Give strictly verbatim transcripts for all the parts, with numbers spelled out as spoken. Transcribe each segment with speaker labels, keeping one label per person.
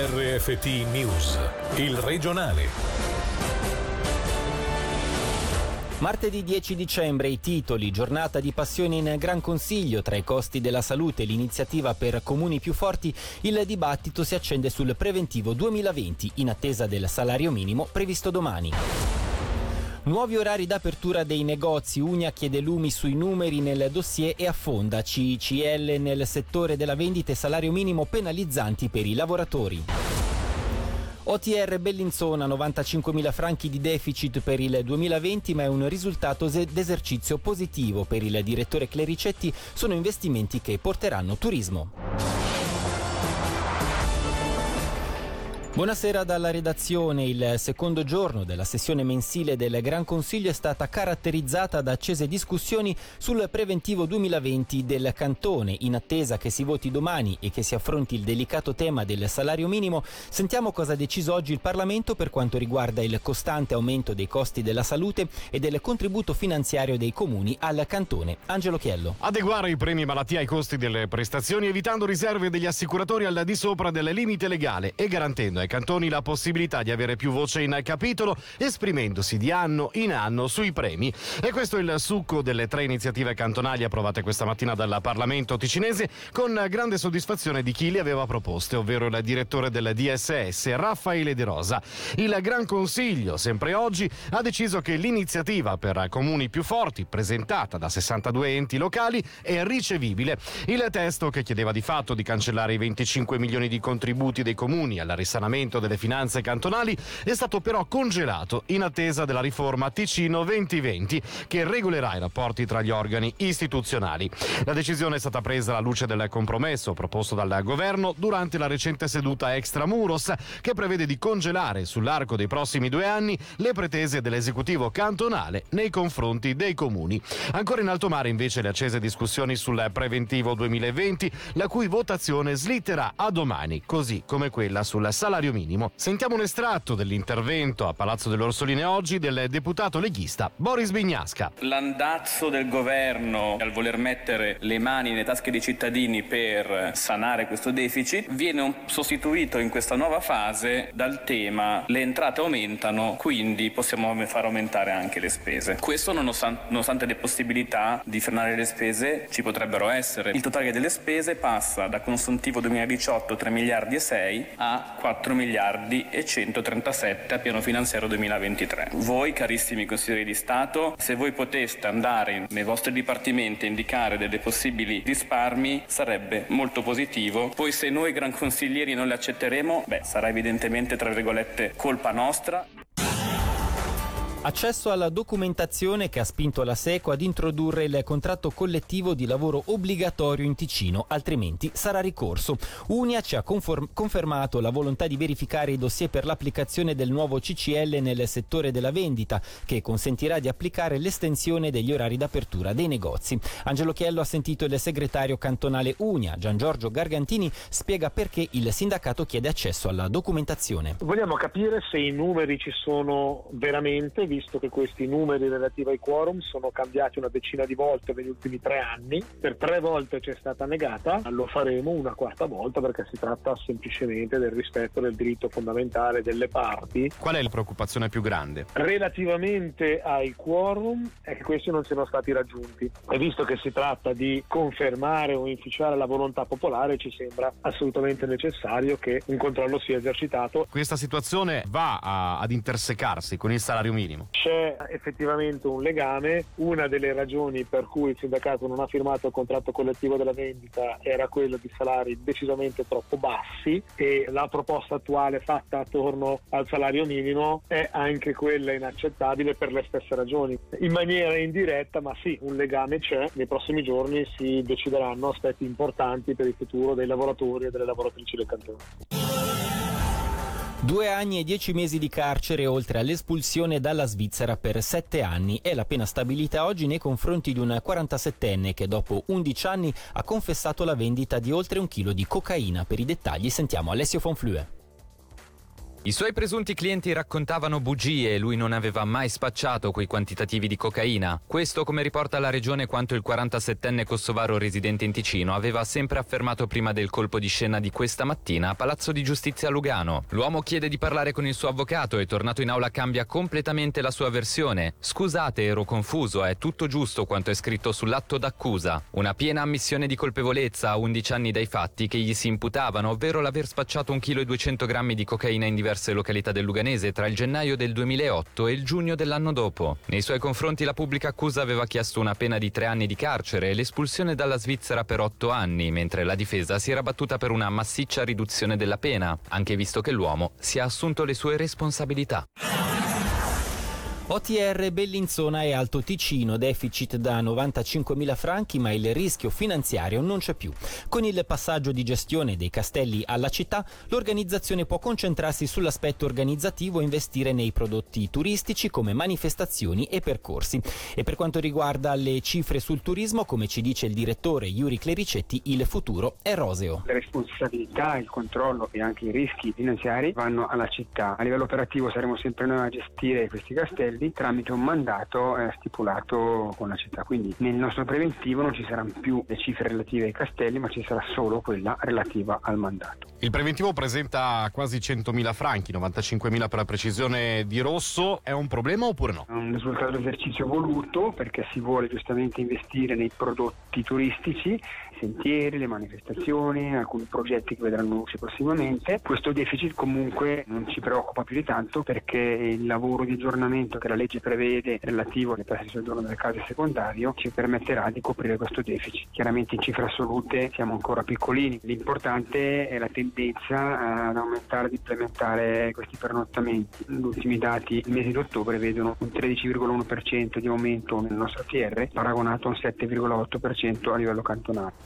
Speaker 1: R F T News, il regionale.
Speaker 2: Martedì dieci dicembre i titoli, giornata di passione in Gran Consiglio, tra i costi della salute e l'iniziativa per comuni più forti, il dibattito si accende sul preventivo duemilaventi in attesa del salario minimo previsto domani. Nuovi orari d'apertura dei negozi, Unia chiede lumi sui numeri nel dossier e affonda C I C L nel settore della vendita e salario minimo penalizzanti per i lavoratori. O T R Bellinzona, novantacinquemila franchi di deficit per il duemilaventi, ma è un risultato d'esercizio positivo per il direttore Clericetti, sono investimenti che porteranno turismo. Buonasera dalla redazione. Il secondo giorno della sessione mensile del Gran Consiglio è stata caratterizzata da accese discussioni sul preventivo duemilaventi del Cantone. In attesa che si voti domani e che si affronti il delicato tema del salario minimo, sentiamo cosa ha deciso oggi il Parlamento per quanto riguarda il costante aumento dei costi della salute e del contributo finanziario dei comuni al Cantone. Angelo Chiello.
Speaker 3: Adeguare i premi malattia ai costi delle prestazioni, evitando riserve degli assicuratori al di sopra del limite legale e garantendo ai cantoni la possibilità di avere più voce in capitolo, esprimendosi di anno in anno sui premi. E questo è il succo delle tre iniziative cantonali approvate questa mattina dal Parlamento ticinese, con grande soddisfazione di chi le aveva proposte, ovvero il direttore del D S S Raffaele De Rosa. Il Gran Consiglio, sempre oggi, ha deciso che l'iniziativa per comuni più forti, presentata da sessantadue enti locali, è ricevibile. Il testo, che chiedeva di fatto di cancellare i venticinque milioni di contributi dei comuni alla risanamento delle finanze cantonali, è stato però congelato in attesa della riforma Ticino duemilaventi, che regolerà i rapporti tra gli organi istituzionali. La decisione è stata presa alla luce del compromesso proposto dal governo durante la recente seduta extramuros, che prevede di congelare sull'arco dei prossimi due anni le pretese dell'esecutivo cantonale nei confronti dei comuni. Ancora in alto mare invece le accese discussioni sul preventivo duemilaventi, la cui votazione slitterà a domani, così come quella sul salario minimo. Sentiamo un estratto dell'intervento a Palazzo delle Orsoline oggi del deputato leghista Boris Bignasca.
Speaker 4: L'andazzo del governo al voler mettere le mani nelle tasche dei cittadini per sanare questo deficit viene sostituito in questa nuova fase dal tema le entrate aumentano, quindi possiamo far aumentare anche le spese. Questo nonostante, nonostante le possibilità di frenare le spese ci potrebbero essere. Il totale delle spese passa da consuntivo duemiladiciotto tre miliardi e sei a quattro miliardi e centotrentasette a piano finanziario duemilaventitré. Voi, carissimi consiglieri di Stato, se voi poteste andare nei vostri dipartimenti a indicare delle possibili risparmi, sarebbe molto positivo. Poi se noi gran consiglieri non le accetteremo, beh, sarà evidentemente, tra virgolette, colpa nostra.
Speaker 2: Accesso alla documentazione che ha spinto la SECO ad introdurre il contratto collettivo di lavoro obbligatorio in Ticino, altrimenti sarà ricorso. Unia ci ha conform- confermato la volontà di verificare i dossier per l'applicazione del nuovo C C L nel settore della vendita, che consentirà di applicare l'estensione degli orari d'apertura dei negozi. Angelo Chiello ha sentito il segretario cantonale Unia, Gian Giorgio Gargantini, spiega perché il sindacato chiede accesso alla documentazione.
Speaker 5: Vogliamo capire se i numeri ci sono veramente, visto che questi numeri relativi ai quorum sono cambiati una decina di volte negli ultimi tre anni, per tre volte ci è stata negata, lo faremo una quarta volta perché si tratta semplicemente del rispetto del diritto fondamentale delle parti.
Speaker 3: Qual è la preoccupazione più grande?
Speaker 5: Relativamente ai quorum è che questi non siano stati raggiunti, e visto che si tratta di confermare o inficiare la volontà popolare, ci sembra assolutamente necessario che un controllo sia esercitato.
Speaker 3: Questa situazione va a, ad intersecarsi con il salario minimo.
Speaker 5: C'è effettivamente un legame. Una delle ragioni per cui il sindacato non ha firmato il contratto collettivo della vendita era quello di salari decisamente troppo bassi, e la proposta attuale fatta attorno al salario minimo è anche quella inaccettabile per le stesse ragioni. In maniera indiretta, ma sì, un legame c'è. Nei prossimi giorni si decideranno aspetti importanti per il futuro dei lavoratori e delle lavoratrici del cantone.
Speaker 2: Due anni e dieci mesi di carcere oltre all'espulsione dalla Svizzera per sette anni è la pena stabilita oggi nei confronti di un quarantasettenne che dopo undici anni ha confessato la vendita di oltre un chilo di cocaina. Per i dettagli sentiamo Alessio Fonflue.
Speaker 6: I suoi presunti clienti raccontavano bugie e lui non aveva mai spacciato quei quantitativi di cocaina. Questo, come riporta la regione, quanto il quarantasettenne kosovaro residente in Ticino aveva sempre affermato prima del colpo di scena di questa mattina a Palazzo di Giustizia a Lugano. L'uomo chiede di parlare con il suo avvocato e, tornato in aula, cambia completamente la sua versione. Scusate, ero confuso, è tutto giusto quanto è scritto sull'atto d'accusa. Una piena ammissione di colpevolezza a undici anni dai fatti che gli si imputavano, ovvero l'aver spacciato un chilo e duecento grammi di cocaina in diverse località del Luganese tra il gennaio del duemilaotto e il giugno dell'anno dopo. Nei suoi confronti la pubblica accusa aveva chiesto una pena di tre anni di carcere e l'espulsione dalla Svizzera per otto anni, mentre la difesa si era battuta per una massiccia riduzione della pena, anche visto che l'uomo si è assunto le sue responsabilità.
Speaker 2: O T R Bellinzona e Alto Ticino, deficit da novantacinquemila franchi, ma il rischio finanziario non c'è più. Con il passaggio di gestione dei castelli alla città, l'organizzazione può concentrarsi sull'aspetto organizzativo e investire nei prodotti turistici come manifestazioni e percorsi. E per quanto riguarda le cifre sul turismo, come ci dice il direttore Yuri Clericetti, il futuro è roseo.
Speaker 7: Le responsabilità, il controllo e anche i rischi finanziari vanno alla città. A livello operativo saremo sempre noi a gestire questi castelli tramite un mandato eh, stipulato con la città. Quindi nel nostro preventivo non ci saranno più le cifre relative ai castelli, ma ci sarà solo quella relativa al mandato.
Speaker 3: Il preventivo presenta quasi centomila franchi, novantacinquemila per la precisione di rosso. È un problema oppure no?
Speaker 7: È un risultato esercizio voluto perché si vuole giustamente investire nei prodotti turistici, sentieri, le manifestazioni, alcuni progetti che vedranno luce prossimamente. Questo deficit comunque non ci preoccupa più di tanto perché il lavoro di aggiornamento che la legge prevede relativo alle tasse di soggiorno delle case secondario ci permetterà di coprire questo deficit. Chiaramente in cifre assolute siamo ancora piccolini, l'importante è la tendenza ad aumentare, ad implementare questi pernottamenti. Gli ultimi dati, il mese di ottobre, vedono un tredici virgola uno per cento di aumento nel nostro A T R paragonato a un sette virgola otto per cento a livello cantonale.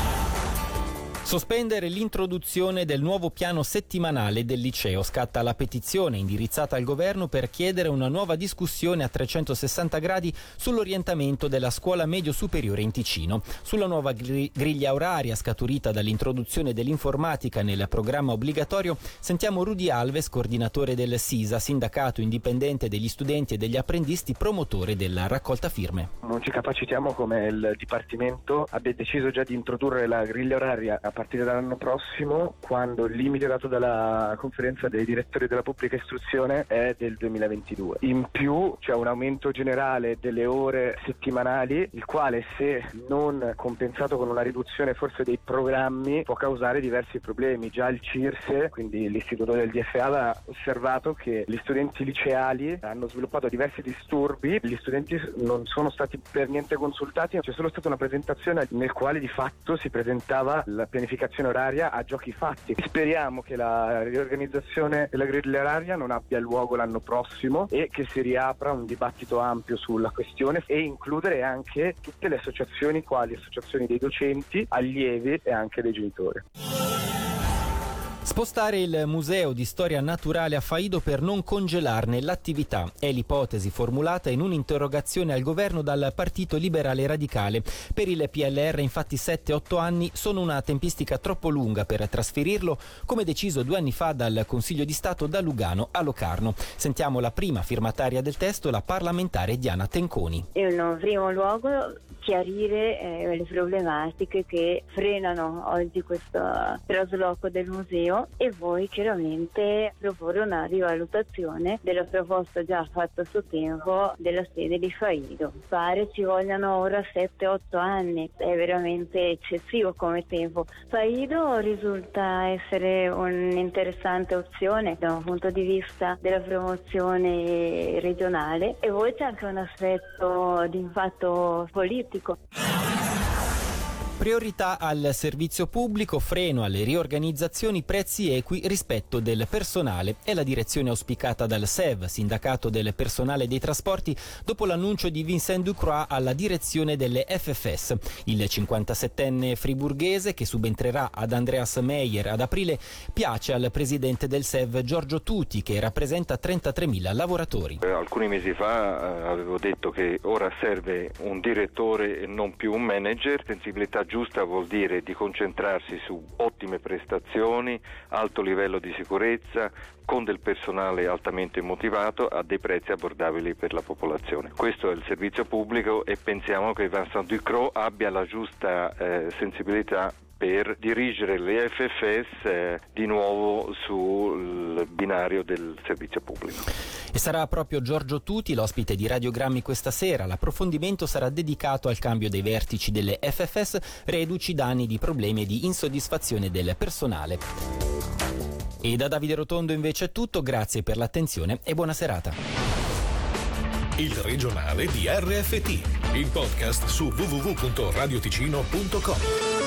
Speaker 2: Sospendere l'introduzione del nuovo piano settimanale del liceo. Scatta la petizione indirizzata al governo per chiedere una nuova discussione a trecentosessanta gradi sull'orientamento della scuola medio superiore in Ticino. Sulla nuova griglia oraria scaturita dall'introduzione dell'informatica nel programma obbligatorio, sentiamo Rudy Alves, coordinatore del SISA, sindacato indipendente degli studenti e degli apprendisti, promotore della raccolta firme.
Speaker 8: Non ci capacitiamo come il Dipartimento abbia deciso già di introdurre la griglia oraria a partire dall'anno prossimo, quando il limite dato dalla conferenza dei direttori della pubblica istruzione è del duemilaventidue. In più c'è un aumento generale delle ore settimanali, il quale, se non compensato con una riduzione forse dei programmi, può causare diversi problemi. Già il C I R S E, quindi l'istituto del D F A, ha osservato che gli studenti liceali hanno sviluppato diversi disturbi, gli studenti non sono stati per niente consultati, c'è solo stata una presentazione nel quale di fatto si presentava la pianificazione oraria a giochi fatti. Speriamo che la riorganizzazione della griglia oraria non abbia luogo l'anno prossimo e che si riapra un dibattito ampio sulla questione e includere anche tutte le associazioni, quali associazioni dei docenti, allievi e anche dei genitori.
Speaker 2: Spostare il Museo di Storia Naturale a Faido per non congelarne l'attività è l'ipotesi formulata in un'interrogazione al governo dal Partito Liberale Radicale. Per il P L R infatti sette otto anni sono una tempistica troppo lunga per trasferirlo, come deciso due anni fa dal Consiglio di Stato da Lugano a Locarno. Sentiamo la prima firmataria del testo, la parlamentare Diana Tenconi.
Speaker 9: In primo luogo chiarire eh, le problematiche che frenano oggi questo trasloco del museo e poi chiaramente proporre una rivalutazione della proposta già fatta a suo tempo della sede di Faido. Pare ci vogliano ora sette otto anni, è veramente eccessivo come tempo. Faido risulta essere un'interessante opzione da un punto di vista della promozione regionale e poi c'è anche un aspetto di impatto politico.
Speaker 2: Priorità al servizio pubblico, freno alle riorganizzazioni, prezzi equi, rispetto del personale. È la direzione auspicata dal S E V, sindacato del personale dei trasporti, dopo l'annuncio di Vincent Ducroix alla direzione delle F F S. Il cinquantasettenne friburghese, che subentrerà ad Andreas Meyer ad aprile, piace al presidente del S E V Giorgio Tuti, che rappresenta trentatremila lavoratori.
Speaker 10: Eh, alcuni mesi fa eh, avevo detto che ora serve un direttore e non più un manager, sensibilità giusta vuol dire di concentrarsi su ottime prestazioni, alto livello di sicurezza, con del personale altamente motivato a dei prezzi abbordabili per la popolazione. Questo è il servizio pubblico e pensiamo che Vincent Ducrot abbia la giusta eh, sensibilità per dirigere le F F S eh, di nuovo sul binario del servizio pubblico.
Speaker 2: E sarà proprio Giorgio Tuti l'ospite di Radiogrammi questa sera. L'approfondimento sarà dedicato al cambio dei vertici delle F F S, reduci da anni di problemi e di insoddisfazione del personale. E da Davide Rotondo invece è tutto, grazie per l'attenzione e buona serata.
Speaker 1: Il regionale di R F T, il podcast su w w w punto radioticino punto com.